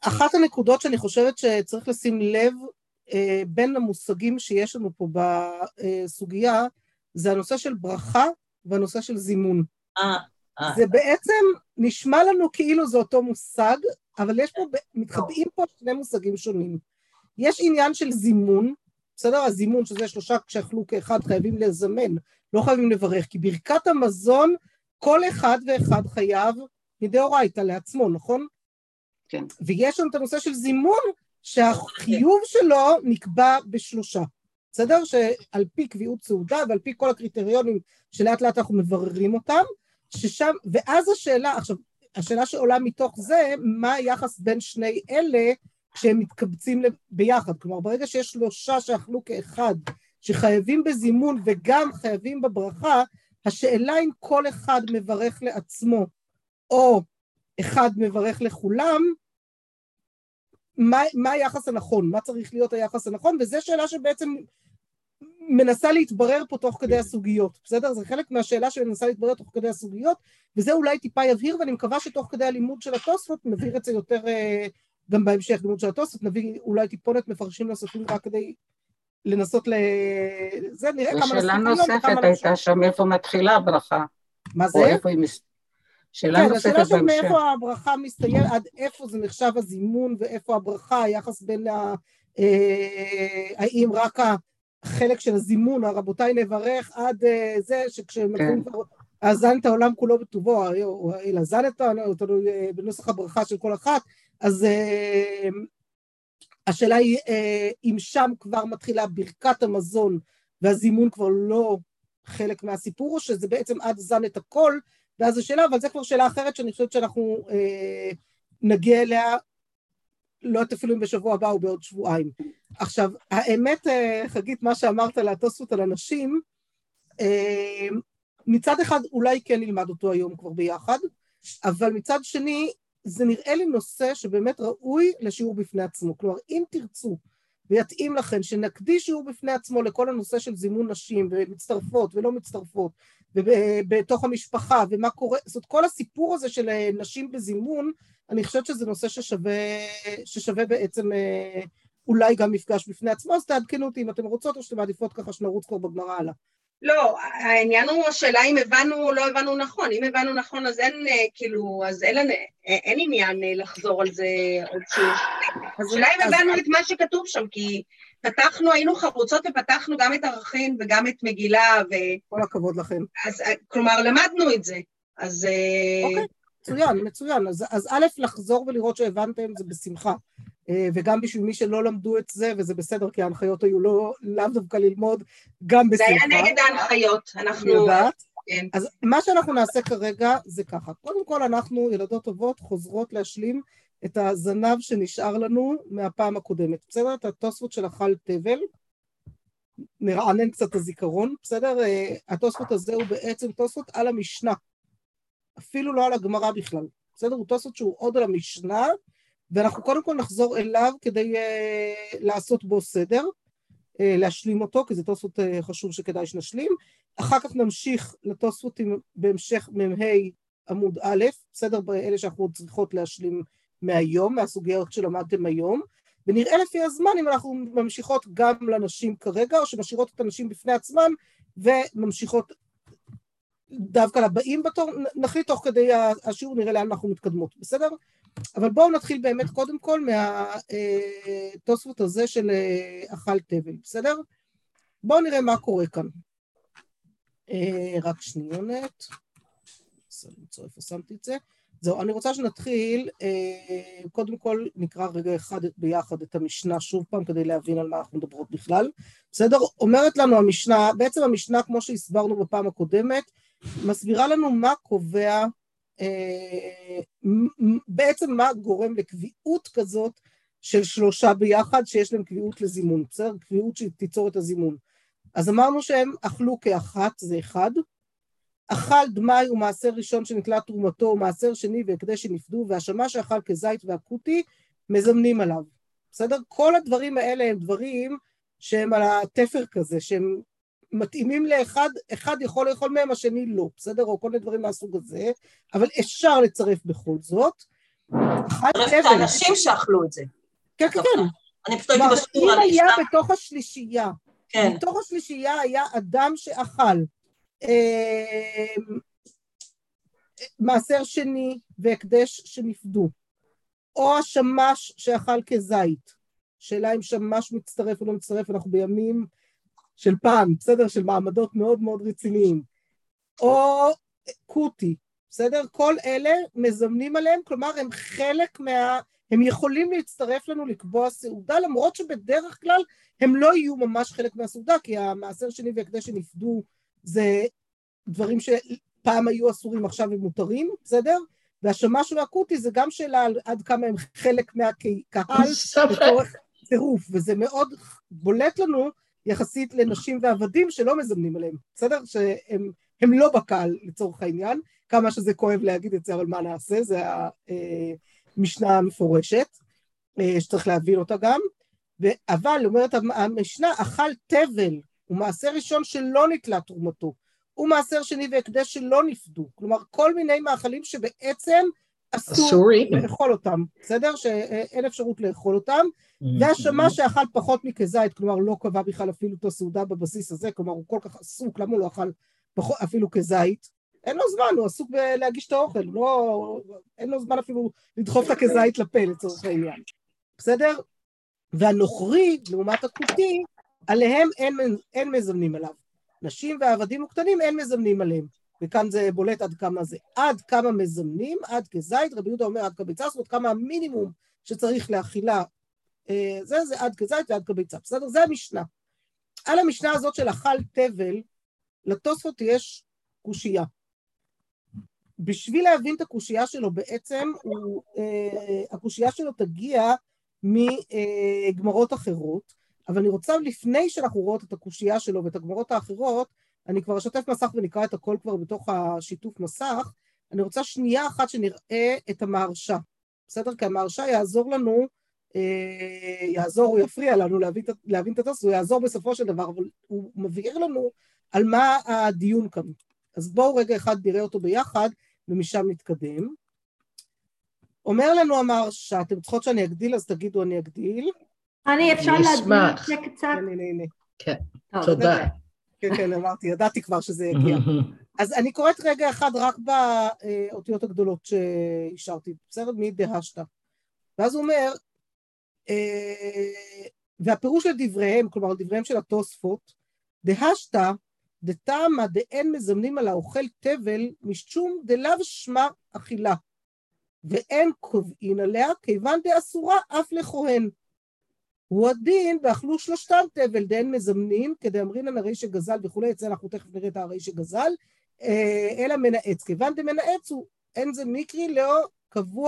אחת הנקודות שאני חושבת שצריך לשים לב בין המושגים שיש לנו פה בסוגיה, זה הנושא של ברכה והנושא של זימון. זה בעצם נשמע לנו כאילו זה אותו מושג, אבל יש פה, מתחבאים פה שני מושגים שונים. יש עניין של זימון, בסדר? הזימון שזה שלושה כשאכלו כאחד חייבים לזמן, לא חייבים לברך, כי ברכת המזון כל אחד ואחד חייב מדאורייתא לעצמו, נכון? כן. ויש לנו את הנושא של זימון, שהחיוב שלו נקבע בשלושה. בסדר? שעל פי קביעות סעודה ועל פי כל הקריטריונים שלאט לאט אנחנו מבררים אותם, ששם, ואז השאלה, עכשיו, השאלה שעולה מתוך זה, מה היחס בין שני אלה כשהם מתקבצים ביחד? כלומר, ברגע שיש שלושה שאכלו כאחד, שחייבים בזימון וגם חייבים בברכה, השאלה אם כל אחד מברך לעצמו, או אחד מברך לכולם, מה היחס הנכון? מה צריך להיות היחס הנכון? וזו שאלה שבעצם מנסה להתברר פה תוך כדי הסוגיות, בסדר? זה חלק מהשאלה שמנסה להתברר תוך כדי הסוגיות, וזה אולי טיפה יבהיר, ואני מקווה שתוך כדי הלימוד של התוספות, נבהיר את זה יותר גם בהמשך, לימוד של התוספות, נביא אולי טיפונת מפרשים נוספים רק כדי לנסות זה נראה כמה נספיק היום. ושאלה נוספת הייתה שם, איפה מתחילה הברכה? מה זה? שאלה כן, נוספת השאלה של בהמשך. מאיפה הברכה מסתיים, עד איפה זה נחשב הזימון, ואיפה הברכה, היחס בין האם רק החלק של הזימון, הרבותיי נברך, עד זה שכשמתחילים כבר, אזן את העולם כולו בטובו, אלא אזן אותנו בנוסח הברכה של כל אחת, אז השאלה היא, אם שם כבר מתחילה ברכת המזון, והזימון כבר לא חלק מהסיפור, או שזה בעצם עד זן את הכל, ואז השאלה, אבל זה כבר שאלה אחרת שאני חושבת שאנחנו נגיע אליה, לא אפילו בשבוע הבא או בעוד שבועיים. עכשיו, האמת, חגית, מה שאמרת לתוספות על אנשים, מצד אחד אולי כן נלמד אותו היום כבר ביחד, אבל מצד שני, זה נראה לי נושא שבאמת ראוי לשיעור בפני עצמו. כלומר, אם תרצו ויתאים לכם שנקדיש שיעור בפני עצמו לכל הנושא של זימון נשים, ומצטרפות ולא מצטרפות, ובתוך המשפחה, ומה קורה, זאת כל הסיפור הזה של נשים בזימון, אני חושבת שזה נושא ששווה בעצם אולי גם מפגש בפני עצמו, אז תעדכנו אותי אם אתם רוצות, או שאתם מעדיפות ככה שנרוץ כבר בגמרא הלאה. לא, העניין הוא השאלה אם הבנו או לא הבנו נכון, אם הבנו נכון אז אין כאילו, אז אין עניין לחזור על זה עוד שוב. השאלה אם הבנו את מה שכתוב שם, כי פתחנו, היינו חרוצות ופתחנו גם את ערכים וגם את מגילה כל הכבוד לכם. אז כלומר למדנו את זה, אז אוקיי, מצוין, אז א' לחזור ולראות שהבנתם זה בשמחה, וגם בשביל מי שלא למדו את זה, וזה בסדר כי ההנחיות היו לאו דווקא ללמוד גם בשמחה. זה היה נגד ההנחיות, אנחנו יודעת. אז מה שאנחנו נעשה כרגע זה ככה, קודם כל אנחנו ילדות טובות חוזרות להשלים את הזנב שנשאר לנו מהפעם הקודמת, בסדר? את התוספות של אכל תבל, נרענן קצת את הזיכרון, בסדר? התוספות הזה הוא בעצם תוספות על המשנה, אפילו לא על הגמרא בכלל, בסדר? הוא תוספות שהוא עוד על המשנה, ואנחנו קודם כל נחזור אליו כדי לעשות בו סדר, להשלים אותו, כי זה תוספות חשוב שכדאי שנשלים, אחר כך נמשיך לתוספות בהמשך ממהי עמוד א', בסדר? באלה שאנחנו עוד צריכות להשלים מהיום, מהסוגיות שלמדתם היום, ונראה לפי הזמן אם אנחנו ממשיכות גם לנשים כרגע, או שמשאירות את הנשים בפני עצמן, וממשיכות דווקא לבאים בתור, נחליט תוך כדי השיעור, נראה לאן אנחנו מתקדמות, בסדר? אבל בואו נתחיל באמת קודם כל מהתוספות הזה של אכל תבל, בסדר? בואו נראה מה קורה כאן. רק שניונת, למצוא איפה שמתי את זה. זהו, אני רוצה שנתחיל, קודם כל נקרא רגע אחד ביחד את המשנה שוב פעם, כדי להבין על מה אנחנו מדברות בכלל. בסדר? אומרת לנו המשנה, בעצם המשנה כמו שהסברנו בפעם הקודמת, מסבירה לנו מה קובע, בעצם מה גורם לקביעות כזאת של שלושה ביחד, שיש להם קביעות לזימון, בסדר? קביעות שתיצור את הזימון. אז אמרנו שהם אכלו כאחת, זה אחד, אכל דמאי הוא מעשר ראשון שנתלה תרומתו, הוא מעשר שני והקדש שנפדו, והשמה שאכל כזית והקוטי, מזמנים עליו. בסדר? כל הדברים האלה הם דברים שהם על התפר כזה, שהם מתאימים לאחד, אחד יכול לאכול מהם, השני לא, בסדר? או כל מיני דברים מהסוג הזה, אבל אפשר לצרף בכל זאת. אכל את תבל. האנשים שאכלו את זה. כן, כן, כן. אני פשוט הייתי בשיעור אם על היה משנה. בתוך השלישייה, כן. מתוך השלישייה היה אדם שאכל מעשר שני והקדש שנפדו, או השמש שאכל כזית, שאלה אם שמש מצטרף או לא מצטרף, אנחנו בימים של פעם, בסדר? של מעמדות מאוד מאוד רציניים, או קוטי, בסדר? כל אלה מזמנים עליהם, כלומר הם חלק הם יכולים להצטרף לנו לקבוע סעודה, למרות שבדרך כלל הם לא יהיו ממש חלק מהסעודה, כי המעשר שני והקדש שנפדו זה דברים שפעם היו אסורים, עכשיו הם מותרים, בסדר? והשמש והקוטי זה גם שאלה עד כמה הם חלק מהקהל לצורך צירוף, וזה מאוד בולט לנו יחסית לנשים ועבדים שלא מזמנים עליהם, בסדר? שהם לא בקהל לצורך העניין, כמה שזה כואב להגיד את זה, אבל מה נעשה? זה המשנה המפורשת, שצריך להבין אותה גם, אבל אומרת המשנה, אכל תבל, הוא מעשר ראשון שלא נתלה תרומתו, הוא מעשר שני והקדש שלא נפדו, כלומר כל מיני מאכלים שבעצם אסור לאכול אותם, בסדר? שאין אפשרות לאכול אותם, והשמש שאכל פחות מכזית, כלומר לא קבע בכלל אפילו את הסעודה בבסיס הזה, כלומר הוא כל כך עסוק, למה הוא לא אכל אפילו כזית? אין לו זמן, הוא עסוק להגיש את האוכל, אין לו זמן אפילו לדחוף את הכזית לפה לצורך העניין, בסדר? והנוכרי, לעומת הקוטי, עליהם אין מזמנים עליו. נשים ועבדים וקטנים אין מזמנים עליהם, וכאן זה בולט עד כמה זה. עד כמה מזמנים, עד כזית, רבי יהודה אומר עד כביצה, זאת אומרת כמה המינימום שצריך להכילה, זה עד כזית ועד כביצה, בסדר? זה המשנה. על המשנה הזאת של אכל תבל, לתוספות יש קושייה. בשביל להבין את הקושייה שלו בעצם, הקושייה שלו תגיע מגמרות אחרות, אבל אני רוצה לפני שאנחנו רואות את הקושייה שלו ואת הגמרות האחרות, אני כבר אשתף מסך ונקרא את הכל כבר בתוך השיתוף מסך, אני רוצה שנייה אחת שנראה את המהרשה, בסדר? כי המהרשה יעזור לנו, הוא יפריע לנו להבין את התוספות, הוא יעזור בסופו של דבר, אבל הוא מבהיר לנו על מה הדיון כאן. אז בואו רגע אחד נראה אותו ביחד, ומשם נתקדם. אומר לנו המהרשה, אתם צריכות שאני אגדיל, אז תגידו אני אגדיל. אני אפשר להגדיל את זה קצת? הנה. כן, תודה. כן, אמרתי, ידעתי כבר שזה יגיע. אז אני קוראת רגע אחד רק באותיות הגדולות שהשארתי, בסדר? מדהשתא. ואז הוא אומר, והפירוש לדבריהם, כלומר לדבריהם של התוספות, דהשתא, דתמה דאין מזמנים על האוכל תבל, משום דלאו שמה אכילה, ואין קובעין עליה, כיוון דאסורה אף לכהן. הוא הדין, ואכלו שלושתם תבל, דאין מזמנים, כדי אמרינן הרי שגזל וכולי, אצל אנחנו תכף נראה את הרי שגזל, אלא מנעץ, כיוון דמנעץ הוא, אין זה מקרי, לא קבוע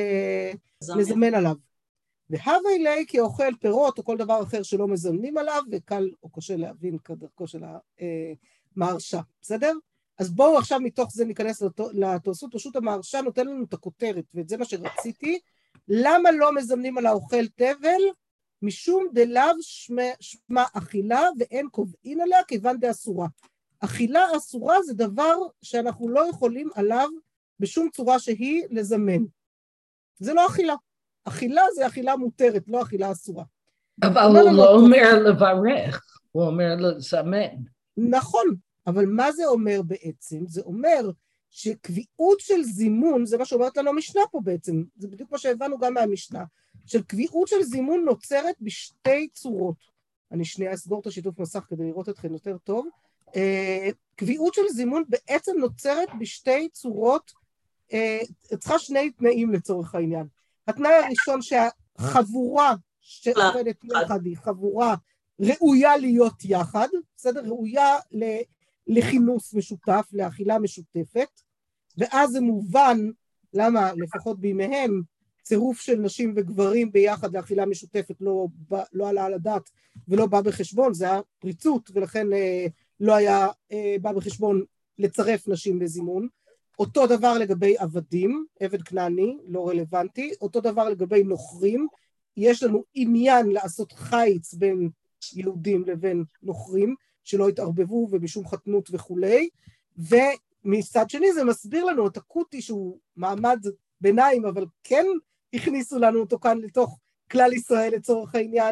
מזמן עליו. והווה לי כי אוכל פירות או כל דבר אחר שלא מזמנים עליו, וקל או קשה להבין כדרכו של המהרשה, בסדר? אז בואו עכשיו מתוך זה ניכנס לתוספות, פשוט המהרשה נותן לנו את הכותרת, ואת זה מה שרציתי, למה לא מזמנים על האוכל תבל? משום דלאו שמה אכילה ואין קובעין עליה כיוון דאסורה. אכילה אסורה זה דבר שאנחנו לא יכולים עליו בשום צורה שהיא לזמן. זה לא אכילה. אכילה זה אכילה מותרת, לא אכילה אסורה. אבל הוא לא אומר לברך, הוא אומר לזמן. נכון, אבל מה זה אומר בעצם? זה אומר שקביעות של זימון, זה מה שאומרת לנו המשנה פה בעצם, זה בדיוק מה שהבנו גם מהמשנה, של קביעות של זימון נוצרת בשתי צורות. אני שנייה אסגור את השיתוף מסך כדי לראות אתכם יותר טוב. קביעות של זימון בעצם נוצרת בשתי צורות, צריכה שני תנאים לצורך העניין. התנאי הראשון שהחבורה שעובדת יחד היא חבורה ראויה להיות יחד, בסדר? ראויה לכינוס משותף, לאכילה משותפת, ואז זה מובן למה לפחות בימיהם צירוף של נשים וגברים ביחד לאכילה משותפת לא עלה על הדעת ולא בא בחשבון, זה היה פריצות ולכן לא היה בא בחשבון לצרף נשים לזימון. אותו דבר לגבי עבדים, עבד כנעני, לא רלוונטי, אותו דבר לגבי נוכרים, יש לנו עניין לעשות חיץ בין יהודים לבין נוכרים, שלא התערבבו ומשום חתנות וכולי, ומצד שני זה מסביר לנו את הקוטי שהוא מעמד ביניים, אבל כן הכניסו לנו אותו כאן לתוך כלל ישראל לצורך העניין,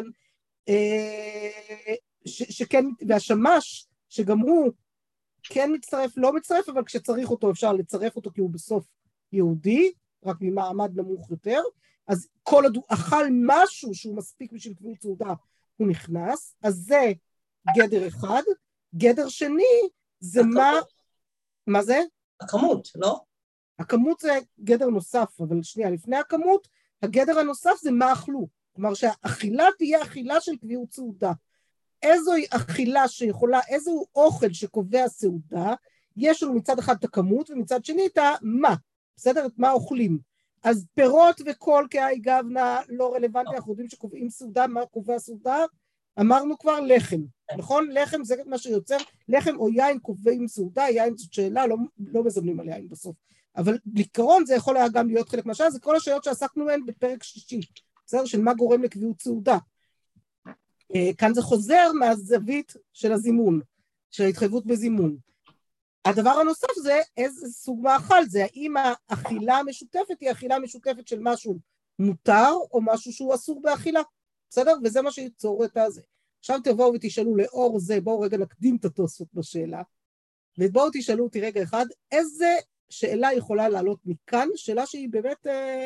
שכן, והשמש, שגם הוא כן מצטרף, לא מצטרף, אבל כשצריך אותו אפשר לצרף אותו, כי הוא בסוף יהודי, רק ממעמד נמוך יותר, אז כל עוד הוא אכל משהו שהוא מספיק בשביל קביעות סעודה, הוא נכנס, אז זה גדר אחד. גדר שני, זה מה זה? הכמות, לא? הכמות זה גדר נוסף, אבל שנייה, לפני הכמות, הגדר הנוסף זה מה אכלו. כלומר שהאכילה תהיה אכילה של קביעות סעודה. איזוהי אכילה שיכולה, איזהו אוכל שקובע סעודה, יש לנו מצד אחד את הכמות, ומצד שני את מה, בסדר? את מה אוכלים. אז פירות וכל כהי גבנה לא רלוונטי, אנחנו יודעים שקובעים סעודה, מה קובע סעודה? אמרנו כבר לחם, נכון? לחם זה מה שיוצר, לחם או יין קובעים סעודה, יין זאת שאלה, לא מזמנים על יין בסוף. אבל בעיקרון זה יכול היה גם להיות חלק מהשאלה, זה כל השאלות שעסקנו מהן בפרק 6, בסדר? של מה גורם לקביעות סעודה. כאן זה חוזר מהזווית של הזימון, של ההתחייבות בזימון. הדבר הנוסף זה איזה סוג מאכל זה, האם האכילה המשותפת היא אכילה משותפת של משהו מותר או משהו שהוא אסור באכילה, בסדר? וזה מה שיצור את הזה. עכשיו תבואו ותשאלו לאור זה, בואו רגע נקדים את התוספות בשאלה, ובואו תשאלו אותי רגע אחד, איזה שאלה יכולה לעלות מכאן, שאלה שהיא באמת,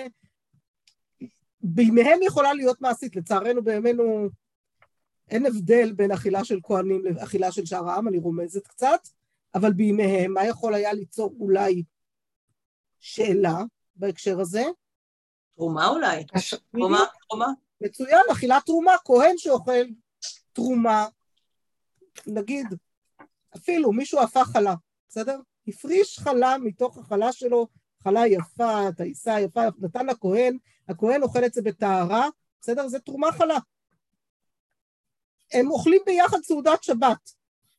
בימיהם יכולה להיות מעשית, לצערנו בימינו אין הבדל בין אכילה של כהנים לאכילה של שאר העם, אני רומזת קצת, אבל בימיהם מה יכול היה ליצור אולי שאלה בהקשר הזה? תרומה אולי. תרומה. מצוין, אכילת תרומה, כהן שאוכל תרומה, נגיד, אפילו מישהו הפך חלה, בסדר? הפריש חלה מתוך החלה שלו, חלה יפה, תאיסה יפה, נתן לכהן, הכהן אוכל את זה בטהרה, בסדר? זה תרומה חלה. הם אוכלים ביחד סעודת שבת.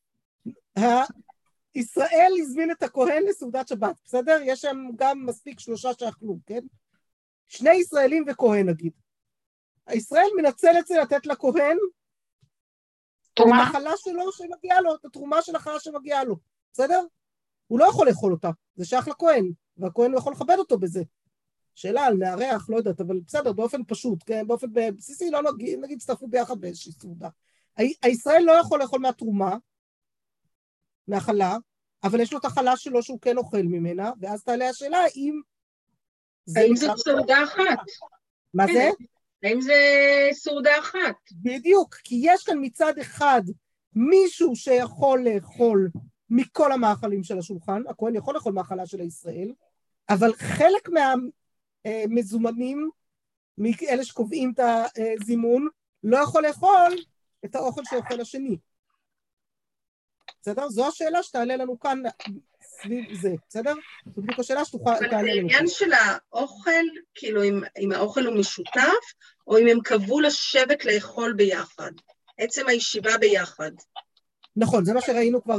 ישראל הזמין את הכהן לסעודת שבת, בסדר? יש שם גם מספיק 3 שאכלו, כן? 2 ישראלים וכהן נגיד. הישראל מנצל את זה לתת לכהן את החלה שלו שמגיעה לו, את התרומה של החלה שמגיעה לו, בסדר? הוא לא יכול לאכול אותה, זה שייך לכהן, והכהן לא יכול לכבד אותו בזה. שאלה על נערך, לא יודעת, אבל בסדר, באופן פשוט, כן? באופן בסיסי, לא נגיד, סתפו ביחד באיזושהי סעודה. הישראל לא יכול לאכול מהתרומה, מהחלה, אבל יש לו את החלה שלו שהוא כן אוכל ממנה, ואז תעלה השאלה האם זה סעודה אחת. מה זה? האם זה סעודה אחת? בדיוק, כי יש כאן מצד אחד מישהו שיכול לאכול מכל המאכלים של השולחן, הכהן יכול לאכול מאכלה של הישראל, אבל חלק מהמזומנים, מאלה שקובעים את הזימון, לא יכול לאכול את האוכל שאוכל השני. בסדר? זו השאלה שתעלה לנו כאן סביב זה, בסדר? זו בדיוק השאלה שתעלה לנו. אבל זה עניין של האוכל, כאילו אם האוכל הוא משותף, או אם הם קבעו לשבת לאכול ביחד. עצם הישיבה ביחד. נכון, זה מה שראינו כבר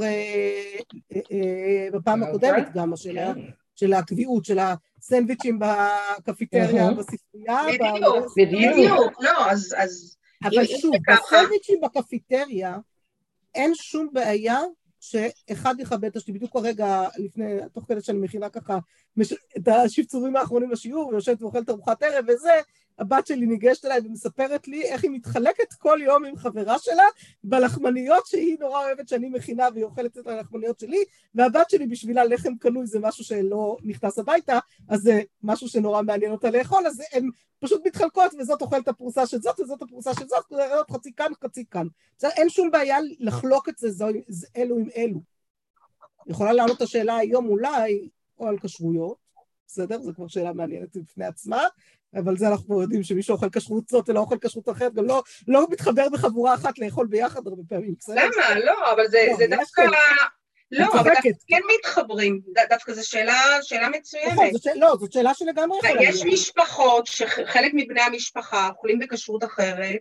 בפעם הקודמת גם, השאלה של הקביעות, של הסנדוויצ'ים בקפיטריה, בספרייה. בדיוק, לא, אז... אבל שוב, בסנדוויצ'ים בקפיטריה, אין שום בעיה שאחד יכבד את השני, בדיוק הרגע לפני, תוך כדי שאני מכינה ככה, את השבצורים האחרונים לשיעור, ויושבת ואוכלת ארוחת ערב וזה, הבת שלי ניגשת אליי ומספרת לי איך היא מתחלקת כל יום עם חברה שלה, בלחמניות שהיא נורא אוהבת שאני מכינה, והיא אוכלת את הלחמניות שלי, והבת שלי בשבילה לחם קנוי זה משהו שלא נכנס הביתה, אז זה משהו שנורא מעניין אותה לאכול, אז הן פשוט מתחלקות, וזאת אוכלת הפרוסה של זאת, וזאת הפרוסה של זאת, חצי כאן, חצי כאן. אין שום בעיה לחלוק את זה אלו עם אלו. יכולה לעלות את השאלה היום אולי, או על כשרויות, בסדר? זו כבר שאלה מעניינת בפני עצמה, אבל זה אנחנו יודעים שמישהו אוכל כשרות זאת ולא אוכל כשרות אחרת, גם לא מתחבר בחבורה אחת לאכול ביחד הרבה פעמים, בסדר? למה? לא, אבל זה דווקא... לא, אבל כן מתחברים, דווקא זו שאלה מצוינת. לא, זאת שאלה שלגמרי יכולה להיות. יש משפחות שחלק מבני המשפחה אוכלים בכשרות אחרת.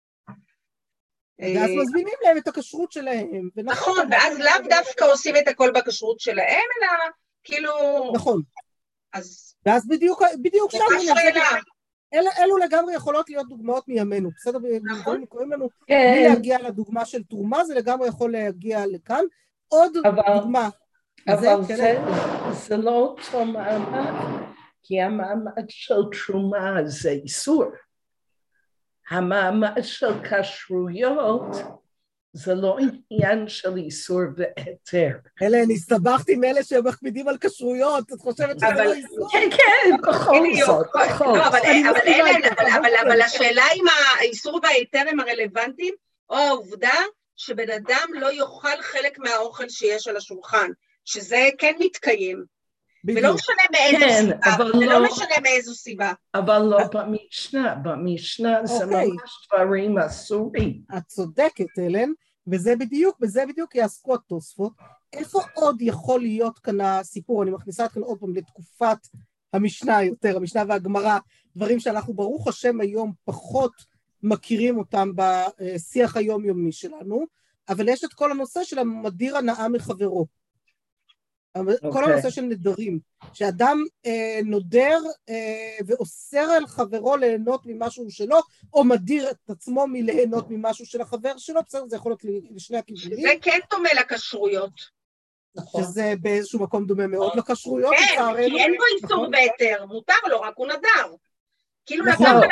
ואז מזמינים להם את הכשרות שלהם. נכון, ואז לאו דווקא עושים את הכל בכשרות שלהם, אלא כאילו... נכון. אז... ואז בדיוק שם... אלו לגמרי יכולות להיות דוגמאות מימינו, בסדר? נכון. קוראים לנו, בלי להגיע לדוגמה של תרומה, זה לגמרי יכול להגיע לכאן. עוד דוגמה. אבל זה לא אותו מעמד, כי המעמד של תרומה זה איסור. המעמד של כשרויות זה לא עניין של איסור והיתר. אלן, הסתבכתי עם אלה שמקפידים על כשרויות, את חושבת שזה לא איסור? כן, כן, בכל זאת, בכל זאת. אבל השאלה אם האיסור וההיתר הם הרלוונטיים, או העובדה שבן אדם לא יאכל חלק מהאוכל שיש על השולחן, שזה כן מתקיים. ולא משנה מאיזו סיבה, ולא משנה מאיזו סיבה. אבל לא במשנה זה ממש דברים אסורים. את צודקת, אלן, וזה בדיוק יעסקו התוספות. איפה עוד יכול להיות כאן הסיפור? אני מכניסה כאן עוד פעם לתקופת המשנה יותר, המשנה והגמרא, דברים שאנחנו ברוך השם היום פחות מכירים אותם בשיח היומיומי שלנו, אבל יש את כל הנושא של המדיר הנאה מחברו. כל הנושא של נדרים, שאדם נודר ואוסר על חברו ליהנות ממשהו שלו, או מדיר את עצמו מליהנות ממשהו של החבר שלו, בסדר, זה יכול להיות לשני הכיוונים. שזה כן דומה לכשרויות. שזה באיזשהו מקום דומה מאוד לכשרויות. כן, כי אין בו איסור והיתר, מותר לו, רק הוא נדר. כאילו לקח על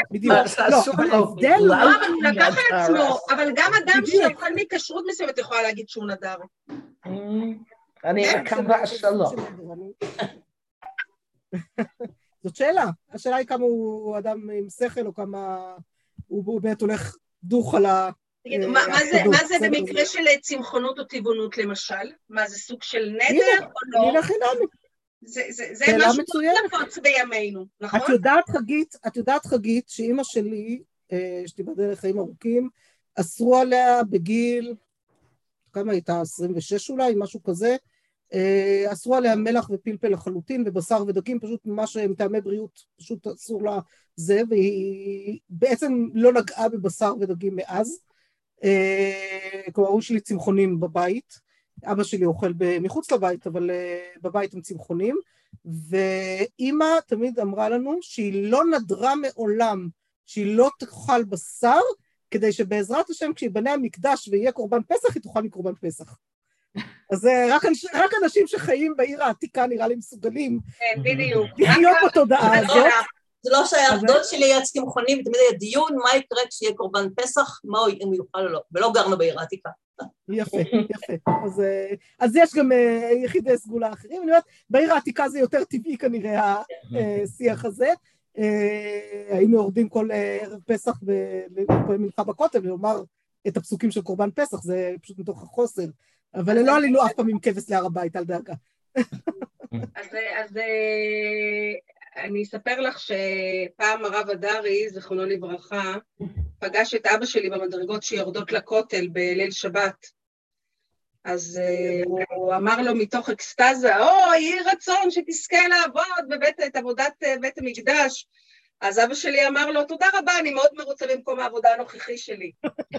עצמו, אבל גם אדם שאוכל מכשרות מסוימת יכולה להגיד שהוא נדר. אני מקווה שלא. זאת שאלה. השאלה היא כמה הוא אדם עם שכל, או כמה הוא באמת הולך דוך על ה... מה זה במקרה של צמחונות או טבעונות למשל? מה זה סוג של נדר או לא? הנה חינמי. זה משהו נפוץ בימינו, נכון? את יודעת חגית שאמא שלי, שתיבדל לחיים ארוכים, אסרו עליה בגיל, כמה הייתה? 26 אולי, משהו כזה, אסרו עליה מלח ופלפל לחלוטין, ובשר ודגים, פשוט ממש מטעמי בריאות, פשוט אסור לה זה, והיא בעצם לא נגעה בבשר ודגים מאז, כלומר, הוא שלי צמחונים בבית, אבא שלי אוכל מחוץ לבית, אבל בבית הם צמחונים, ואמא תמיד אמרה לנו שהיא לא נדרה מעולם, שהיא לא תאכל בשר, כדי שבעזרת השם כשיבנה המקדש ויהיה קורבן פסח, היא תאכל מקורבן פסח. אז רק אנשים שחיים בעיר העתיקה נראה לי מסוגלים. כן, בדיוק. לחיות בתודעה הזאת. זה לא שהיה דוד שלי היה צמחוני, ותמיד היה דיון, מה יקרה כשיהיה קורבן פסח, מה הוא יוכל או לא, ולא גרנו בעיר העתיקה. יפה. אז יש גם יחידי סגולה אחרים, אני אומרת, בעיר העתיקה זה יותר טבעי כנראה השיח הזה, היינו יורדים כל ערב פסח ומנחה בכותל ולומר את הפסוקים של קורבן פסח, זה פשוט מתוך החוסר, אבל לא עלינו אף פעם עם כבש להר הבית, אל דאגה. אז אני אספר לך שפעם הרב אדרי, זכרונו לברכה, פגש את אבא שלי במדרגות שיורדות לכותל בליל שבת, אז הוא אמר לו מתוך אקסטזה, יהי רצון שתזכה לעבוד את עבודת בית המקדש. אז אבא שלי אמר לו, תודה רבה, אני מאוד מרוצה במקום העבודה הנוכחי שלי.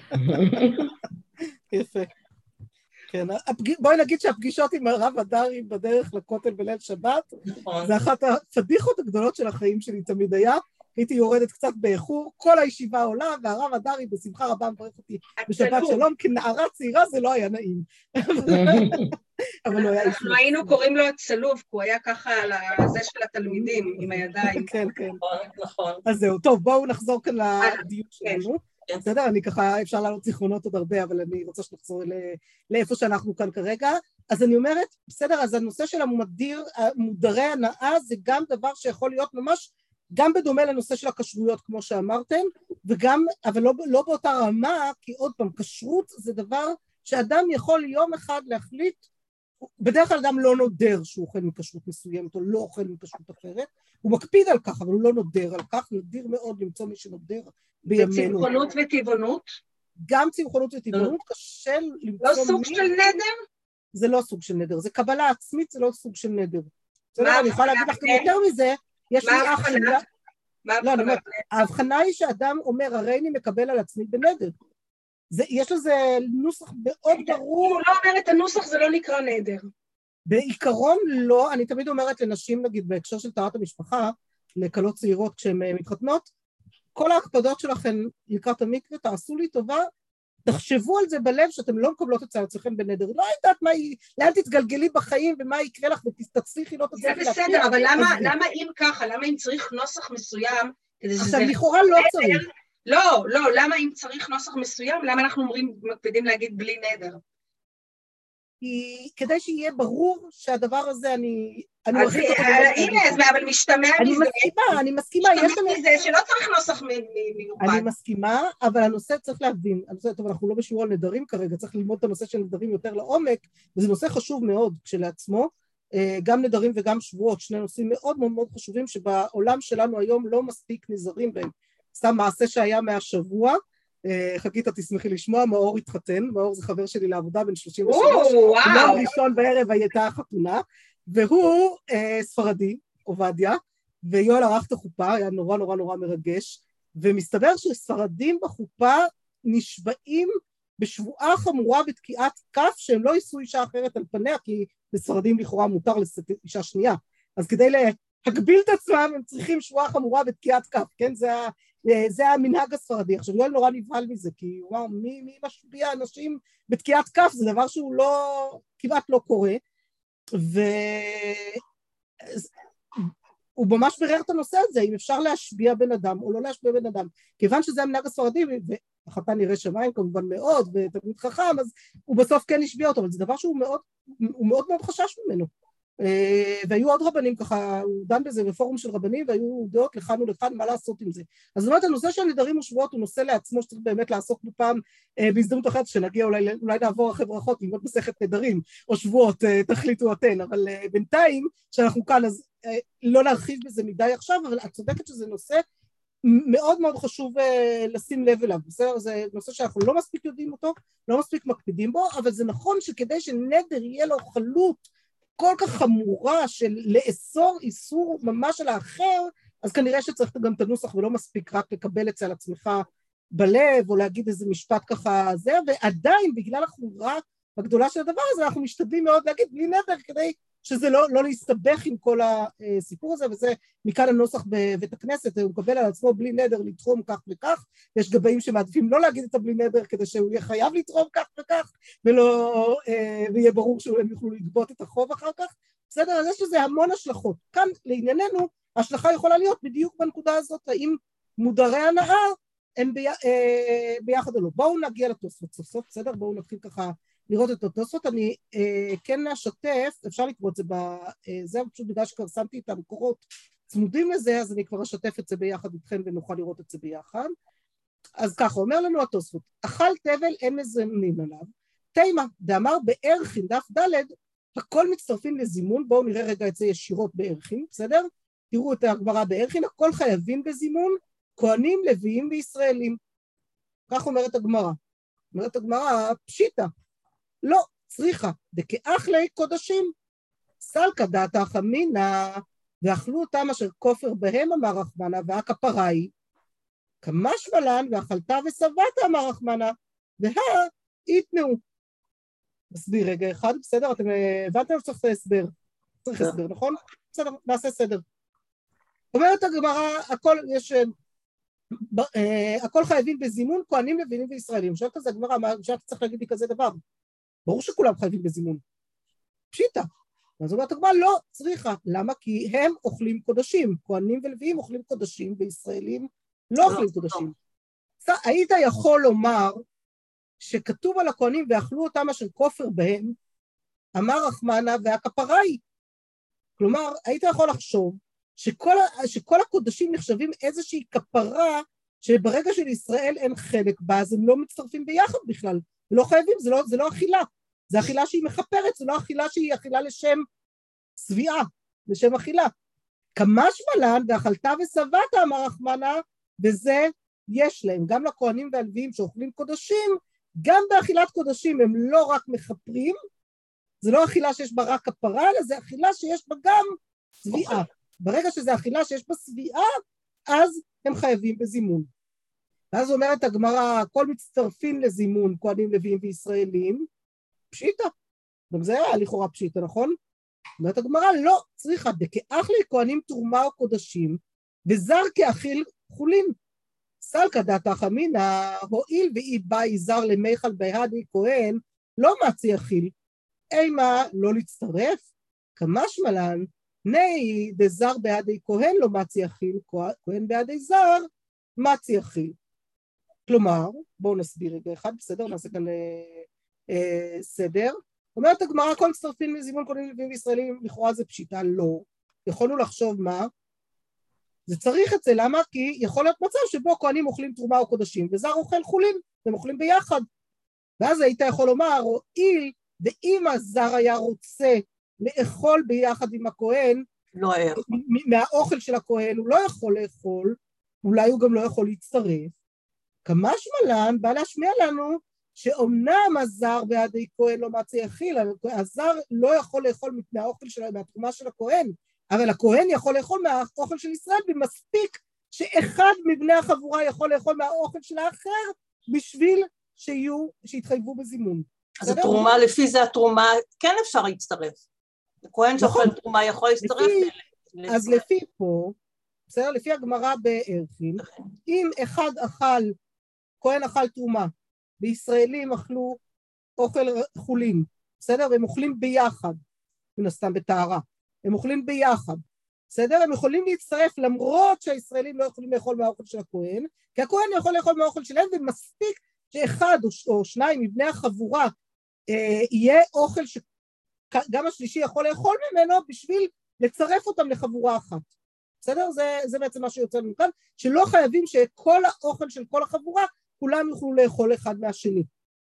יפה. כן, בואי נגיד שהפגישות עם הרב אדרי בדרך לכותל בליל שבת, זה אחת הפדיחות הגדולות של החיים שלי תמיד היה, הייתי יורדת קצת באיחור, כל הישיבה עולה, והרב אדרי בשמחה רבה מברך אותי בשבת שלום, כנערה צעירה זה לא היה נעים. אבל לא היה איש. אנחנו היינו קוראים לו הצלוב, כי הוא היה ככה על הזה של התלמידים, עם הידיים. כן, כן. נכון. אז זהו, טוב, בואו נחזור כאן לדיון שלנו. בסדר, אני ככה, אפשר לעלות זיכרונות עוד הרבה, אבל אני רוצה שנחזור לאיפה שאנחנו כאן כרגע. אז אני אומרת, בסדר, אז הנושא של מודרי הנאה, זה גם דבר שיכול להיות ממש, גם בדומה לנושא של הכשרויות, כמו שאמרתם, וגם, אבל לא באותה רמה, כי עוד פעם, כשרות זה דבר שאדם יכול יום אחד להחליט, בדרך כלל אדם לא נודר שהוא אוכל מכשרות מסוימת, או לא אוכל מכשרות אחרת, הוא מקפיד על כך, אבל הוא לא נודר על כך, נדיר מאוד למצוא מי שנודר בימינו. וצמחונות וטבעונות? גם צמחונות וטבעונות, קשה למצוא לא סוג של נדר? זה לא סוג של נדר, זה קבלה עצמית, זה לא סוג של נדר. בסדר, אני יכולה להגיד לך גם יותר מזה, יש לי ההבחנה. לא, אני אומרת, ההבחנה היא שאדם אומר, הרי אני מקבל על עצמי בנדר. יש לזה נוסח מאוד ברור. אם הוא לא אומר את הנוסח, זה לא נקרא נדר. בעיקרון לא, אני תמיד אומרת לנשים, נגיד, בהקשר של טהרת המשפחה, לקלות צעירות כשהן מתחתנות, כל ההקפדות שלכן לקראת המקרה, תעשו לי טובה, תחשבו על זה בלב שאתם לא מקבלות את זה עצמכם בנדר, לא יודעת לאן תתגלגלי בחיים ומה יקרה לך ותצליחי לא תצליחי. זה בסדר, אבל למה אם ככה, למה אם צריך נוסח מסוים, עכשיו לכאורה לא צריך. לא, למה אם צריך נוסח מסוים, למה אנחנו מקפידים להגיד בלי נדר? כדי שיהיה ברור שהדבר הזה אני הנה, אבל משתמע מזה. אני מסכימה. משתמע מזה שלא צריך נוסח מיוחד. אני מסכימה, אבל הנושא צריך להבין, טוב, אנחנו לא בשיעור על נדרים כרגע, צריך ללמוד את הנושא של נדרים יותר לעומק, וזה נושא חשוב מאוד כשלעצמו, גם נדרים וגם שבועות, שני נושאים מאוד מאוד מאוד חשובים, שבעולם שלנו היום לא מספיק נזרים בהם. סתם מעשה שהיה מהשבוע, חכית, תשמחי לשמוע, מאור התחתן, מאור זה חבר שלי לעבודה בין 33, ביום ראשון בערב הייתה החתונה, והוא ספרדי, עובדיה, ויואל ערך את החופה, היה נורא נורא נורא מרגש, ומסתבר שספרדים בחופה נשבעים בשבועה חמורה בתקיעת כף, שהם לא יישאו אישה אחרת על פניה, כי לספרדים לכאורה מותר לשאת אישה שנייה, אז כדי להגביל את עצמם הם צריכים שבועה חמורה בתקיעת כף, כן? זה המנהג הספרדי. עכשיו יואל נורא נבהל מזה, כי וואו, מי משפיע אנשים בתקיעת כף? זה דבר שהוא כמעט לא קורה, והוא ממש ברר את הנושא הזה, אם אפשר להשביע בן אדם או לא להשביע בן אדם, כיוון שזה המנהג הספרדי, והחתן נראה שמיים כמובן מאוד, ותלמיד חכם, אז הוא בסוף כן השביע אותו, אבל זה דבר שהוא מאוד מאוד חשש ממנו. והיו עוד רבנים ככה, הוא דן בזה בפורום של רבנים, והיו דעות לכאן ולכאן מה לעשות עם זה. אז זאת אומרת, הנושא של נדרים ושבועות הוא נושא לעצמו שצריך באמת לעסוק בפעם בהזדמנות אחרת, שנגיע אולי נעבור אחרי ברכות, ללמוד מסכת נדרים או שבועות, תחליטו אתן, אבל בינתיים שאנחנו כאן, אז לא להרחיב בזה מדי עכשיו, אבל את צודקת שזה נושא מאוד מאוד חשוב לשים לב אליו, בסדר? זה נושא שאנחנו לא מספיק יודעים אותו, לא מספיק מקפידים בו, אבל זה נכון שכדי שנדר יהיה לו חלות כל כך חמורה של לאסור איסור ממש על האחר, אז כנראה שצריך גם את הנוסח ולא מספיק רק לקבל את זה על עצמך בלב, או להגיד איזה משפט ככה זה, ועדיין בגלל החומרה הגדולה של הדבר הזה, אנחנו משתדלים מאוד להגיד בלי נדר, כדי שזה לא להסתבך עם כל הסיפור הזה, וזה מכאן הנוסח בבית הכנסת, הוא מקבל על עצמו בלי נדר לתרום כך וכך, יש גבאים שמעדיפים לא להגיד את הבלי נדר, כדי שהוא יהיה חייב לתרום כך וכך, ויהיה ברור שהם יוכלו לגבות את החוב אחר כך, בסדר? אז יש לזה המון השלכות. כאן לענייננו, ההשלכה יכולה להיות בדיוק בנקודה הזאת, האם מודרי הנאה הם ביחד או לא. בואו נגיע לתוספות סוף סוף, בסדר? בואו נתחיל ככה לראות את התוספות. אני כן אשתף, אפשר לקרוא את זה בזה, פשוט בגלל שכבר שמתי את המקורות צמודים לזה, אז אני כבר אשתף את זה ביחד איתכם ונוכל לראות את זה ביחד. אז ככה, אומר לנו התוספות, אכל תבל אין מזמנים עליו, תימה, דאמר בערכין, דף ד', הכל מצטרפים לזימון, בואו נראה רגע את זה ישירות בערכין, בסדר? תראו את הגמרא בערכין, הכל חייבים בזימון, כהנים, לוויים וישראלים. כך אומרת הגמרא. אומרת הגמרא, פשיטה. לא, צריכה, דכאכלי קודשים. סלקא דעתא חמינא, ואכלו אותם אשר כופר בהם, אמר רחמנא, והכפראי. כמש ולן, ואכלת ושבעת, אמר רחמנא, והאיתנו. נסביר רגע אחד, בסדר? אתם הבנתם שצריך הסבר. צריך הסבר, נכון? בסדר, נעשה סדר. אומרת הגמרא, הכל חייבים בזימון, כהנים, לוויים וישראלים. שואלת כזה הגמרא, מה שאתה צריך להגיד לי כזה דבר? ברור שכולם חייבים בזימון. פשיטה. אז אומרת הגמרא, לא, צריכה. למה? כי הם אוכלים קודשים. כהנים ולוויים אוכלים קודשים, וישראלים לא אוכלים קודשים. היית יכול לומר שכתוב על הכהנים ואכלו אותם אשר כופר בהם, אמר רחמנא והכפראי. כלומר, היית יכול לחשוב שכל הקודשים נחשבים איזושהי כפרה, שברגע שלישראל אין חלק בה, אז הם לא מצטרפים ביחד בכלל, לא חייבים, זה לא אכילה, זה אכילה שהיא מחפרת, זה לא אכילה שהיא אכילה לשם צביעה, לשם אכילה. כמש ולן ואכלת ושבעת, אמר רחמנא, וזה יש להם, גם לכהנים והלוויים שאוכלים קודשים, גם באכילת קודשים הם לא רק מחפרים, זה לא אכילה שיש בה רק כפרה, אלא זה אכילה שיש בה גם צביעה. ברגע שזה אכילה שיש בה צביעה, אז הם חייבים בזימון. ואז אומרת הגמרא, הכל מצטרפים לזימון, כהנים, לוויים וישראלים, פשיטה. גם זה היה לכאורה פשיטה, נכון? אומרת הגמרא, לא, צריכה, דכאכלי כהנים תרומה או קודשים, וזר כאכיל חולין. סלקא דתך אמינא, הואיל ואי באי זר למיכל בהדי כהן, לא מצי אכיל, אימה לא להצטרף, כמשמע לן, נאי דזר בהדי כהן לא מצי אכיל, כהן בהדי זר, מצי אכיל. כלומר, בואו נסביר רגע אחד, בסדר? נעשה כאן סדר. אומרת הגמרא, כל מצטרפים לזימון כהנים לוויים וישראלים, לכאורה זה פשיטה, לא. יכולנו לחשוב מה? זה צריך את זה, למה? כי יכול להיות מצב שבו כהנים אוכלים תרומה או קודשים, וזר אוכל חולין, הם אוכלים ביחד. ואז היית יכול לומר, הואיל ואם הזר היה רוצה לאכול ביחד עם הכהן, לא היה. מהאוכל של הכהן, הוא לא יכול לאכול, אולי הוא גם לא יכול להצטרף. כמשמע לן בא להשמיע לנו שאומנם הזר בהדי כהן לא מצי אכיל, הזר לא יכול לאכול מהאוכל שלו, מהתרומה של הכהן, אבל הכהן יכול לאכול מהאוכל של ישראל, ומספיק שאחד מבני החבורה יכול לאכול מהאוכל של האחר, בשביל שיתחייבו בזימון. אז התרומה, לפי זה התרומה, כן אפשר להצטרף. הכהן שאוכל תרומה יכול להצטרף. אז לפי פה, בסדר, לפי הגמרא בערכין, אם כהן אכל תרומה, וישראלים אכלו אוכל חולין, בסדר? והם אוכלים ביחד, מן הסתם בטהרה, הם אוכלים ביחד, בסדר? הם יכולים להצטרף למרות שהישראלים לא יכולים לאכול מהאוכל של הכהן, כי הכהן יכול לאכול מהאוכל שלהם, ומספיק שאחד או שניים מבני החבורה יהיה אוכל שגם השלישי יכול לאכול ממנו בשביל לצרף אותם לחבורה אחת. בסדר? זה בעצם מה שיוצא מכאן, שלא חייבים שכל האוכל של כל החבורה, כולם יוכלו לאכול אחד מהשני.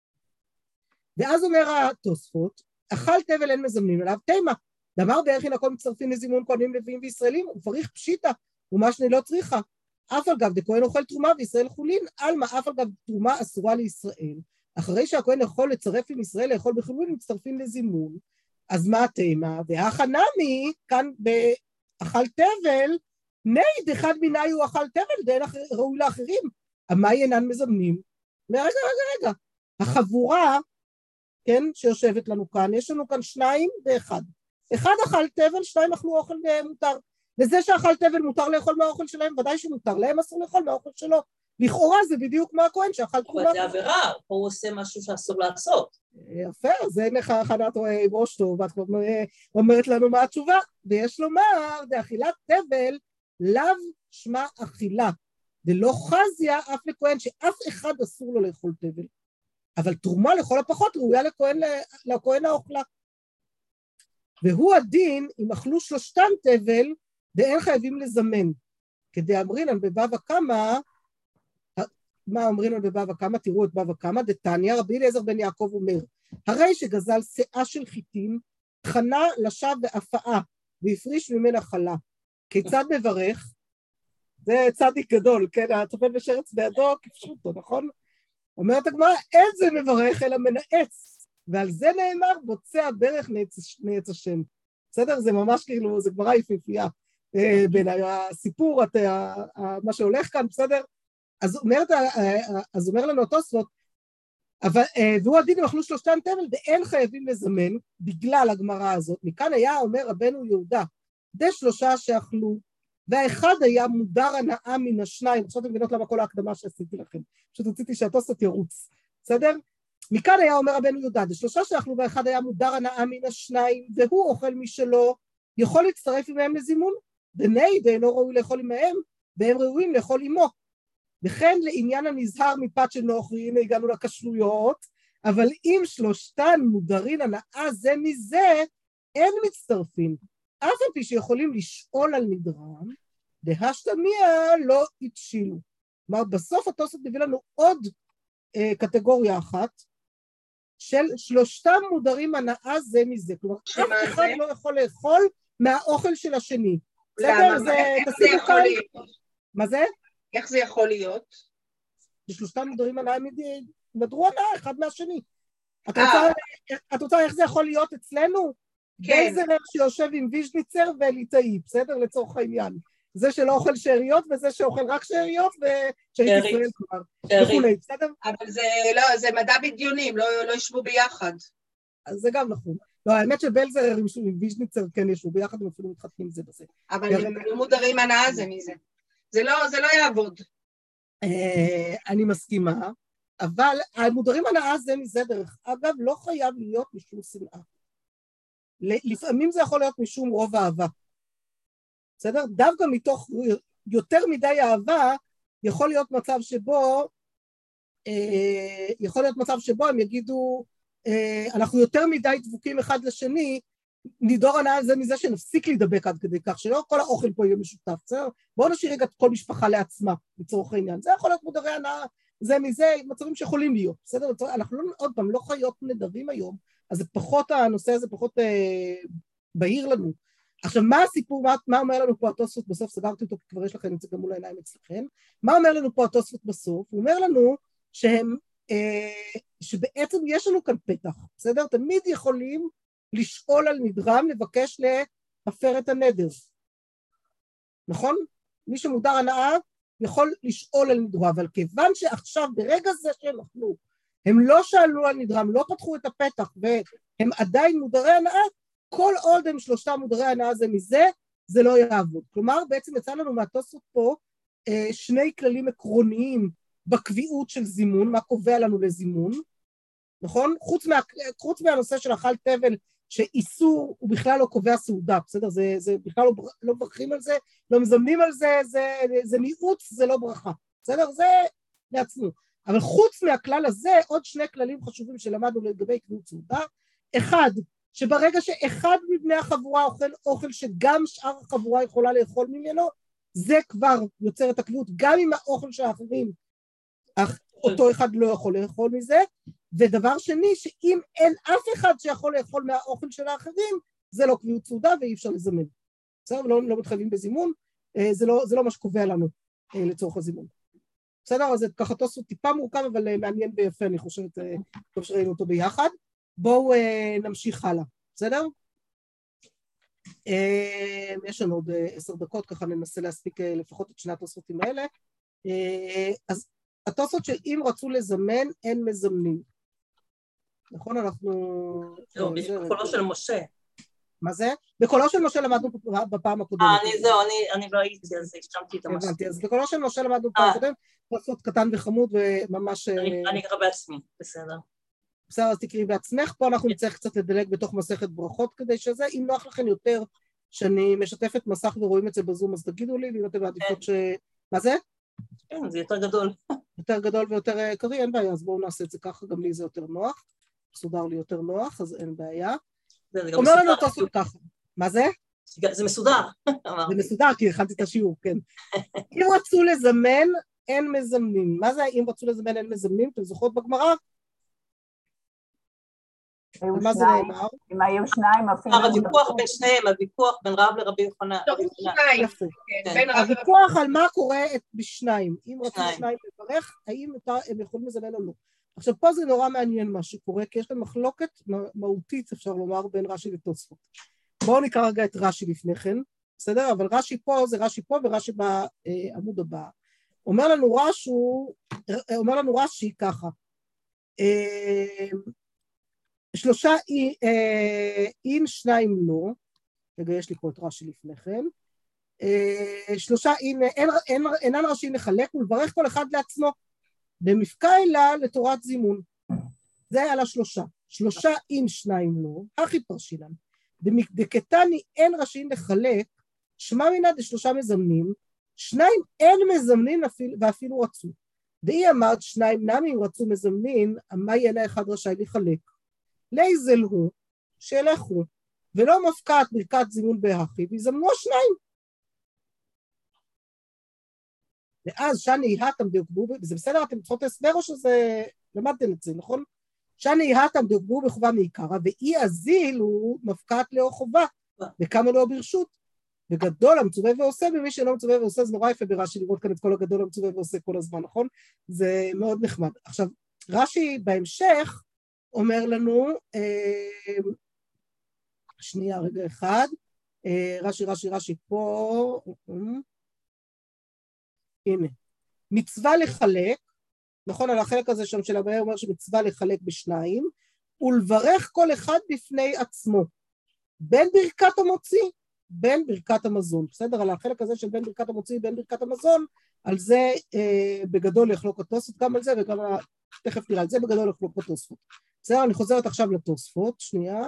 ואז אומר התוספות, אכל תבל אין מזמנים אליו, תימה, דאמר בערכין הכל מצטרפים לזימון כהנים לוויים וישראלים, ופריך פשיטה, ומה שאני לא צריכה. אף על גב דכהן אוכל תרומה וישראל חולין, עלמא אף על גב תרומה אסורה לישראל. אחרי שהכהן יכול לצרף עם ישראל לאכול בחילול, מצטרפים לזימון. אז מה התימה? והחנמי, כאן באכל תבל, נייד אחד מיני הוא אכל תבל, דין ראוי לאחרים. מה אינן מזמנים? רגע. החבורה, כן, שיושבת לנו כאן, יש לנו כאן שניים ואחד. אחד אכל תבל, שניים אכלו אוכל מותר. לזה שאכל תבל מותר לאכול מהאוכל שלהם, ודאי שמותר, להם אסור לאכול מהאוכל שלו. לכאורה זה בדיוק מה הכהן שאכל תרומה. אבל זה עבירה, פה הוא עושה משהו שאסור לעשות. יפה, אז אין לך חנת רואה עם ראש טוב, ואת אומרת לנו מה התשובה, ויש לומר, דאכילת תבל, לאו שמה אכילה, ולא חזיה אף לכהן, שאף אחד אסור לו לאכול תבל. אבל תרומה לכל הפחות ראויה לכהן האוכלה. והוא הדין, אם אכלו שלושתם תבל, ואין חייבים לזמן. כדי אמרינן בבבא קמא, מה אומרינן בבבא קמא? תראו את בבא קמא, דתניא, רבי אליעזר בן יעקב אומר, הרי שגזל שאה של חיטים, חנה לשווא ואפאה, והפריש ממנה חלה. כיצד מברך? זה צדיק גדול, כן? הטופל ושרץ בידו, כפשוטו, נכון? אומרת הגמרא, אין זה מברך אלא מנאץ, ועל זה נאמר, בוצע ברך נעץ השם. בסדר? זה ממש כאילו, זה גמרא יפהפייה. בעיניי, הסיפור, מה שהולך כאן, בסדר? אז אומר לנו התוספות, והוא הדין אם אכלו שלושתם תבל, ואין חייבים לזמן, בגלל הגמרא הזאת. מכאן היה אומר רבנו יהודה, שלושה שאכלו, והאחד היה מודר הנאה מן השניים, עכשיו אתם מבינות למה כל ההקדמה שעשיתי לכם, פשוט רציתי שהתוספות ירוץ, בסדר? מכאן היה אומר רבנו יהודה, שלושה שאכלו, והאחד היה מודר הנאה מן השניים, והוא אוכל משלו, יכול להצטרף עמהם לזימון, ואינו ראוי לאכול עמהם, והם ראויים לאכול עמו. וכן לעניין הנזהר מפת של נוכרי, הנה הגענו לקשלויות, אבל אם שלושתן מודרין הנאה זה מזה, אין מצטרפים. אף על פי שיכולים לשאול על נדרם, דהשתמיה לא התשילו. כלומר, בסוף התוספות מביא לנו עוד קטגוריה אחת, של שלושתם מודרים הנאה זה מזה. כלומר, אף אחד לא יכול לאכול מהאוכל של השני. למה? איך זה יכול להיות? מה זה? איך זה יכול להיות? בשלושתם מודרים הנאה נדרו הנאה אחד מהשני. את רוצה איך זה יכול להיות אצלנו? כן. בלזר שיושב עם ויז'ניצר וליטאי, בסדר? לצורך העניין. זה שלא אוכל שאריות וזה שאוכל רק שאריות ושארית ישראל כבר. וכולי, בסדר? אבל זה מדע בדיונים, לא ישבו ביחד. אז זה גם נכון. לא, האמת שבלזר עם ויז'ניצר כן ישבו ביחד, הם אפילו מתחתנים זה בזה. אבל הם לא מודרים הנאה זה מזה. זה לא יעבוד. אני מסכימה, אבל המודרים הנאה זה מזה דרך אגב לא חייב להיות משום שנאה. לפעמים זה יכול להיות משום רוב אהבה. בסדר? דווקא מתוך יותר מדי אהבה יכול להיות מצב שבו הם יגידו אנחנו יותר מדי דבוקים אחד לשני, נידור הנאה זה מזה שנפסיק להידבק עד כדי כך, שלא כל האוכל פה יהיה משותף, בסדר? בואו נשאיר רגע את כל משפחה לעצמה, לצורך העניין. זה יכול להיות מודרי הנאה, זה מזה, מצבים שיכולים להיות, בסדר? אנחנו עוד פעם לא חיות נדרים היום, אז זה פחות, הנושא הזה פחות בהיר לנו. עכשיו, מה הסיפור, מה אומר לנו פה התוספות בסוף? סגרתי אותו, כי כבר יש לכם את זה גם מול העיניים אצלכם. מה אומר לנו פה התוספות בסוף? הוא אומר לנו שבעצם יש לנו כאן פתח, בסדר? תמיד יכולים לשאול על נדרם, לבקש להפר את הנדר. נכון? מי שמודר הנאה יכול לשאול על נדרו, אבל כיוון שעכשיו ברגע זה הם לא שאלו על נדרם, לא פתחו את הפתח והם עדיין מודרי הנאה, כל עוד הם שלושתם מודרי הנאה זה מזה, זה לא יעבוד. כלומר, בעצם יצא לנו מהתוספות פה שני כללים עקרוניים בקביעות של זימון, מה קובע לנו לזימון, נכון? חוץ מהנושא של אכל תבל, שאיסור הוא בכלל לא קובע סעודה, בסדר? זה בכלל לא ברכים על זה, לא מזמנים על זה, זה ניעוץ, זה לא ברכה, בסדר? זה לעצמו. אבל חוץ מהכלל הזה, עוד שני כללים חשובים שלמדנו לגבי קביעות סעודה. אחד, שברגע שאחד מבני החבורה אוכל אוכל שגם שאר החבורה יכולה לאכול ממנו, זה כבר יוצר את הקביעות, גם אם האוכל של האחרים, אותו אחד לא יכול לאכול מזה, ודבר שני, שאם אין אף אחד שיכול לאכול מהאוכל של האחרים, זה לא קביעות סעודה ואי אפשר לזמן. בסדר? לא מתחייבים בזימון, זה לא מה שקובע לנו לצורך הזימון. בסדר? אז זה ככה תוספות טיפה מורכב, אבל מעניין ויפה, אני חושבת, טוב שראינו אותו ביחד. בואו נמשיך הלאה, בסדר? יש לנו עוד 10 דקות, ככה ננסה להספיק לפחות את שני התוספותים האלה. אז התוספות של אם רצו לזמן, אין מזמנים. נכון, אנחנו... לא, בקולו של משה. מה זה? בקולו של משה למדנו בפעם הקודמת. אני לא הייתי, אז השתמתי את המספיק. הבנתי, אז בקולו של משה למדנו בפעם הקודמת, תוספות קטן וחמוד וממש... אני אקרא בעצמי, בסדר. בסדר, אז תקראי בעצמך, פה אנחנו נצטרך קצת לדלג בתוך מסכת ברכות כדי שזה, אם נוח לכם יותר שאני משתפת מסך ורואים את זה בזום, אז תגידו לי, ואם אתם מעדיפות ש... מה זה? כן, זה יותר גדול. יותר גדול ויותר קרי, אין בעיה, אז בואו נעשה את זה ככה, גם לי זה יותר נוח, מסודר לי יותר נוח, אז אין בעיה. אומר לנו תוספות ככה, מה זה? זה מסודר. זה מסודר, כי הכנתי את השיעור, כן. אם רצו לזמן, אין מזמנים. מה זה אם רצו לזמן, אין מזמנים? אתם זוכרות בגמרא? מה זה נאמר? אם היו שניים, אפילו... הוויכוח בין שניהם, הוויכוח בין רב לרבי יוחנן. הוויכוח על מה קורה בשניים. אם רצו שניים לברך, האם הם יכולים לזמן או לא. עכשיו פה זה נורא מעניין מה שקורה, כי יש כאן מחלוקת מהותית, אפשר לומר, בין רש"י לתוספות. בואו נקרא רגע את רש"י לפני כן, בסדר? אבל רש"י פה זה רש"י פה ורש"י בעמוד הבא. אומר לנו רש"י ככה, 3 אין 2 לא, רגע יש לי פה את רש"י לפני כן, 3 אין, אינן רש"י לחלק ולברך כל אחד לעצמו, במפקע אלה לתורת זימון, זה על 3 אין 2 לא, הכי פרשינן, דקתני אין רש"י לחלק, שמע מינא ד3 מזמנים, 2 אין מזמנים ואפילו רצו, דאי אמרת 2 נמי אם רצו מזמנים, מה יהיה אחד רשאי לחלק, לייזל הוא, שילכו, ולא מפקעת ברכת זימון בהכי, ויזמנו 2. ואז שאני התם דקבו, וזה בסדר, אתם צריכות הסבר או שזה, למדתם את זה, נכון? שאני התם דקבו בחובה מעיקרה, ואי הזיל הוא מפקעת לאור חובה, וכמה לא ברשות, וגדול המצווה ועושה, ומי שלא מצווה ועושה, זה נורא יפה ברש"י לראות כאן את כל הגדול המצווה ועושה כל הזמן, נכון? זה מאוד נחמד. עכשיו, רש"י בהמשך, אומר לנו, שנייה רגע אחד, רש"י פה, הנה, מצווה לחלק, נכון על החלק הזה שם של הבעיה אומר שמצווה לחלק ב2, ולברך כל אחד בפני עצמו, בין ברכת המוציא בין ברכת המזון, בסדר? על החלק הזה של בין ברכת המוציא, בין ברכת המזון, על זה בגדול יחלוק התוספות, גם על זה וגם תכף נראה, על זה בגדול יחלוק התוספות. בסדר, אני חוזרת עכשיו לתוספות, שנייה,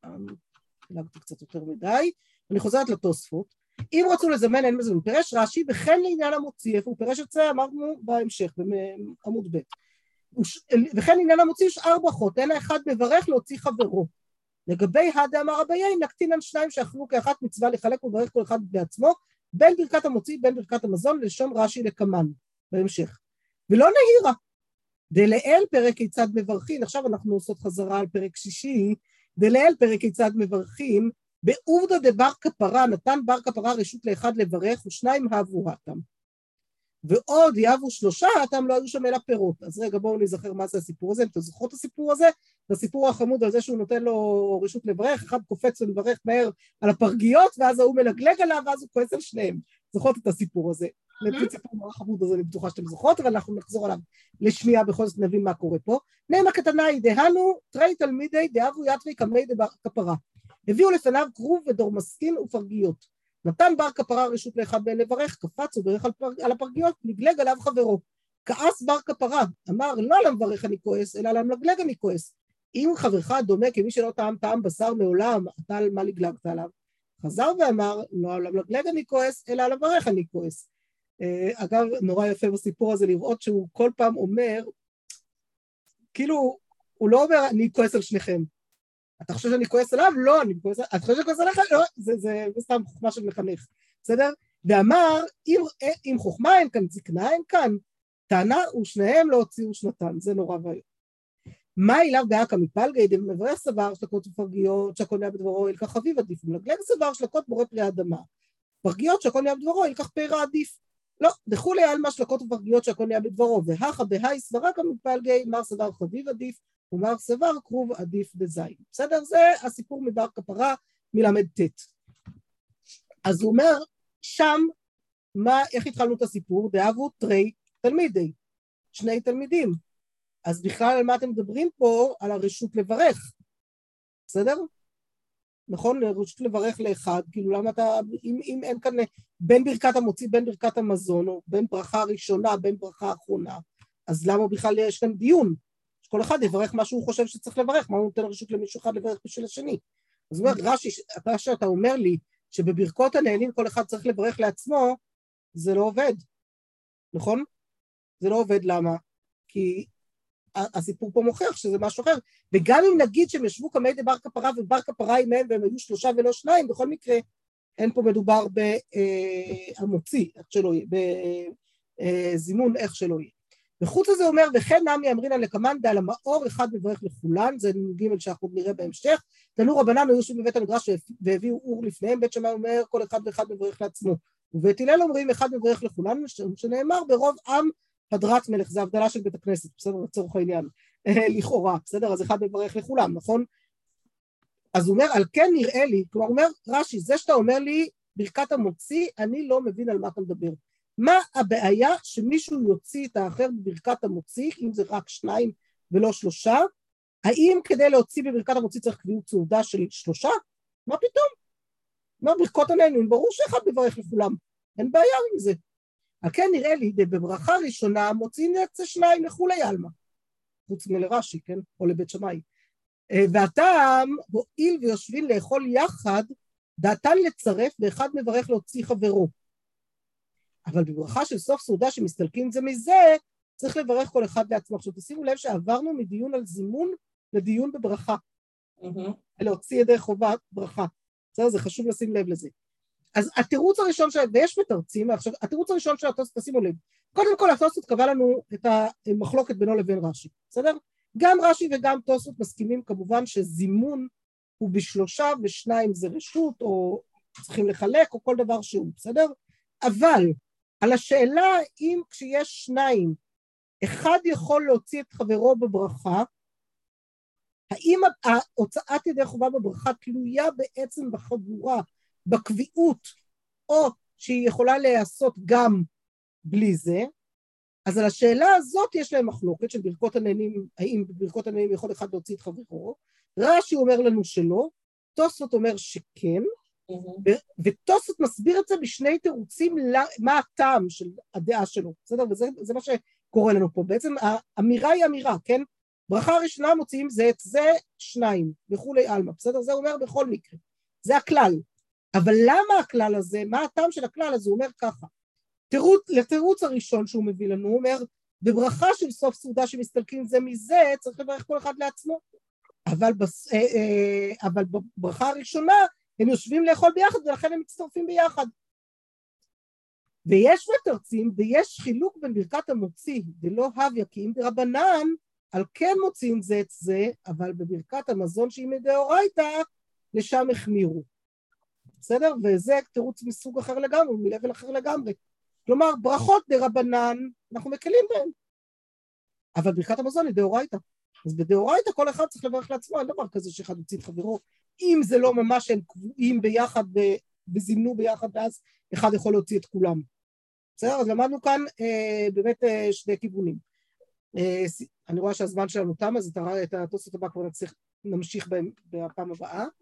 נגעתי קצת יותר מדי, אני חוזרת לתוספות, אם רצו לזמן אין מזמן, פירש רש"י, וכן לעניין המוציא, איפה הוא פירש את זה, אמרנו בהמשך, בעמוד ב', וכן לעניין המוציא יש 4 ברכות, אין האחד מברך להוציא חברו, לגבי הדאמר אביי, נקטין על 2 שאכלו כאחת מצווה לחלק וברך כל אחד בעצמו, בין ברכת המוציא, בין ברכת המזון, לשון רש"י לקמן, בהמשך. ולא נהירה, דלאל פרק כיצד מברכים, עכשיו אנחנו עושות חזרה על פרק 6, דלאל פרק כיצד מברכים, בעובדא דבר כפרה, נתן בר כפרה רשות לאחד לברך, ושניים אהבו האתם. ועוד יאהבו 3 האתם, לא היו שם אלא פירות. אז רגע, בואו נזכר מה זה הסיפור הזה, אם אתם זוכרות את הסיפור הזה, זה הסיפור החמוד על זה שהוא נותן לו רשות לברך, אחד קופץ ולברך מהר על הפרגיות, ואז הוא מלגלג עליו, ואז הוא כועס על שניהם. זוכרות את הסיפור הזה. זה סיפור מאוד חמוד הזה, אני בטוחה שאתם זוכרות, אבל אנחנו נחזור עליו לשנייה, בכל זאת נבין מה קורה פה. נעמה קטנאי, דהנו, תרי תלמידי, דאבו יתרי קמי דבר כפרה. הביאו לפניו כרוב ודורמסקין ופרגיות. נתן בר כפרה רשות לאחד בין לברך, קפץ וברך על הפרגיות, לגלג עליו חברו. כעס בר כפרה, אמר לא על המברך אני כועס, אלא על המלגלג אני כועס. אם חברך דומה כמי שלא טעם בשר מעולם, אתה על מה לגלגת עליו? חזר ואמר, לא על המלגלג אני כועס, אלא על המברך אני כועס. אגב, נורא יפה בסיפור הזה לראות שהוא כל פעם אומר, כאילו, הוא לא אומר אני כועס על שניכם. אתה חושב שאני כועס עליו? לא, אני כועס, אתה חושב שאני כועס עליך? לא, זה סתם חוכמה של מחנך, בסדר? ואמר, אם חוכמה אין כאן, זקנה אין כאן, טענה ושניהם לא הוציאו שנתן, זה נורא ואיום. מה אליו באקא מפלגי, דמברך סבר שלקות ופרגיות, שהכל נהיה בדברו, ילקח חביב עדיף, ומלגלג סבר שלקות בורא פרי האדמה, פרגיות שהכל נהיה בדברו, ילקח פרא עדיף. לא, דחולי עלמא שלקות ופרגיות שהכל נהיה בדברו, והכה בהאי סברה כמפלגי, מר סבר חביב עדיף, ומר סבר כרוב עדיף בזין. בסדר? זה הסיפור מבר כפרה מלמד ט'. אז הוא אומר, שם, איך התחלנו את הסיפור? דאבו תרי תלמידי, 2 תלמידים. אז בכלל על מה אתם מדברים פה? על הרשות לברך. בסדר? נכון? רשות לברך לאחד, כאילו למה אתה, אם אין כאן בין ברכת המוציא, בין ברכת המזון, או בין ברכה ראשונה, בין ברכה אחרונה, אז למה בכלל יש כאן דיון? כל אחד יברך מה שהוא חושב שצריך לברך, מה הוא נותן רשות למישהו אחד לברך בשביל השני. אז הוא אומר, רש"י, אתה אומר לי שבברכות הנהנים כל אחד צריך לברך לעצמו, זה לא עובד, נכון? זה לא עובד, למה? כי הסיפור פה מוכיח שזה משהו אחר, וגם אם נגיד שהם ישבו כמי דבר כפרה ובר כפרה עימהם והם היו 3 ולא 2, בכל מקרה אין פה מדובר במוציא, איך שלא יהיה, בזימון איך שלא יהיה. וחוץ לזה אומר, וכן נמי אמרינא לקמן דעל המאור אחד מברך לכולן, זה ג' שאנחנו נראה בהמשך, תנו רבנן היו יושבים בבית המדרש והביאו אור לפניהם, בית שמאי אומר כל אחד ואחד מברך לעצמו, ובית הלל אומרים אחד מברך לכולן, שנאמר ברוב עם הדרת מלך, זה הבדלה של בית הכנסת, בסדר, לצורך העניין, לכאורה, בסדר, אז אחד מברך לכולם, נכון? אז הוא אומר, על כן נראה לי, כלומר הוא אומר, רש"י, זה שאתה אומר לי ברכת המוציא, אני לא מבין על מה אתה מדבר. מה הבעיה שמישהו יוציא את האחר בברכת המוציא, אם זה רק 2 ולא 3? האם כדי להוציא בברכת המוציא צריך קביעות סעודה של 3? מה פתאום? מה ברכות הנהנים? ברור שאחד מברך לכולם, אין בעיה עם זה. על כן נראה לי, בברכה ראשונה מוציאים יצא 2 לכולי עלמא, חוץ מלרש"י, כן? או לבית שמאי. והטעם, הואיל ויושבים לאכול יחד, דעתן לצרף ואחד מברך להוציא חברו. אבל בברכה של סוף סעודה שמסתלקים זה מזה, צריך לברך כל אחד לעצמו. עכשיו תשימו לב שעברנו מדיון על זימון לדיון בברכה. להוציא ידי חובה ברכה. זה חשוב לשים לב לזה. אז התירוץ הראשון, ויש מתרצים, עכשיו, התירוץ הראשון של התוספות, תשימו לב, קודם כל התוספות קבע לנו את המחלוקת בינו לבין רש"י, בסדר? גם רש"י וגם תוספות מסכימים כמובן שזימון הוא ב3 ו2 זה רשות, או צריכים לחלק, או כל דבר שהוא, בסדר? אבל על השאלה אם כשיש 2, אחד יכול להוציא את חברו בברכה, האם הוצאת ידי חובה בברכה תלויה בעצם בחבורה, בקביעות, או שהיא יכולה להיעשות גם בלי זה, אז על השאלה הזאת יש להם מחלוקת של ברכות הנהנים, האם בברכות הנהנים יכול אחד להוציא את חברו, רש"י אומר לנו שלא, תוספות אומר שכן, ותוספות מסביר את זה בשני תירוצים מה הטעם של הדעה שלו, בסדר? וזה מה שקורה לנו פה. בעצם האמירה היא אמירה, כן? ברכה הראשונה מוציאים זה את זה שניים, וכולי אלמה, בסדר? זה אומר בכל מקרה. זה הכלל. אבל למה הכלל הזה? מה הטעם של הכלל הזה? הוא אומר ככה. לתירוץ הראשון שהוא מביא לנו, הוא אומר, בברכה של סוף סעודה שמסתלקים זה מזה, צריך לברך כל אחד לעצמו. אבל בברכה הראשונה, הם יושבים לאכול ביחד, ולכן הם מצטרפים ביחד. ויש מתרצים, ויש חילוק בין ברכת המוציא, ולא הביה, כי אם דרבנן, על כן מוציאים זה את זה, אבל בברכת המזון שהיא מדאורייתא, לשם החמירו. בסדר? וזה תירוץ מסוג אחר לגמרי, מלבל אחר לגמרי. כלומר, ברכות דרבנן, אנחנו מקלים בהן. אבל ברכת המזון היא דאורייתא. אז בדאורייתא כל אחד צריך לברך לעצמו, אין דבר כזה שאחד הוציא את חברו, אם זה לא ממש הם קבועים ביחד וזימנו ביחד, ואז אחד יכול להוציא את כולם. בסדר? אז למדנו כאן באמת שני כיוונים. אני רואה שהזמן שלנו תם, אז את התוספות הבא כבר נמשיך בפעם הבאה.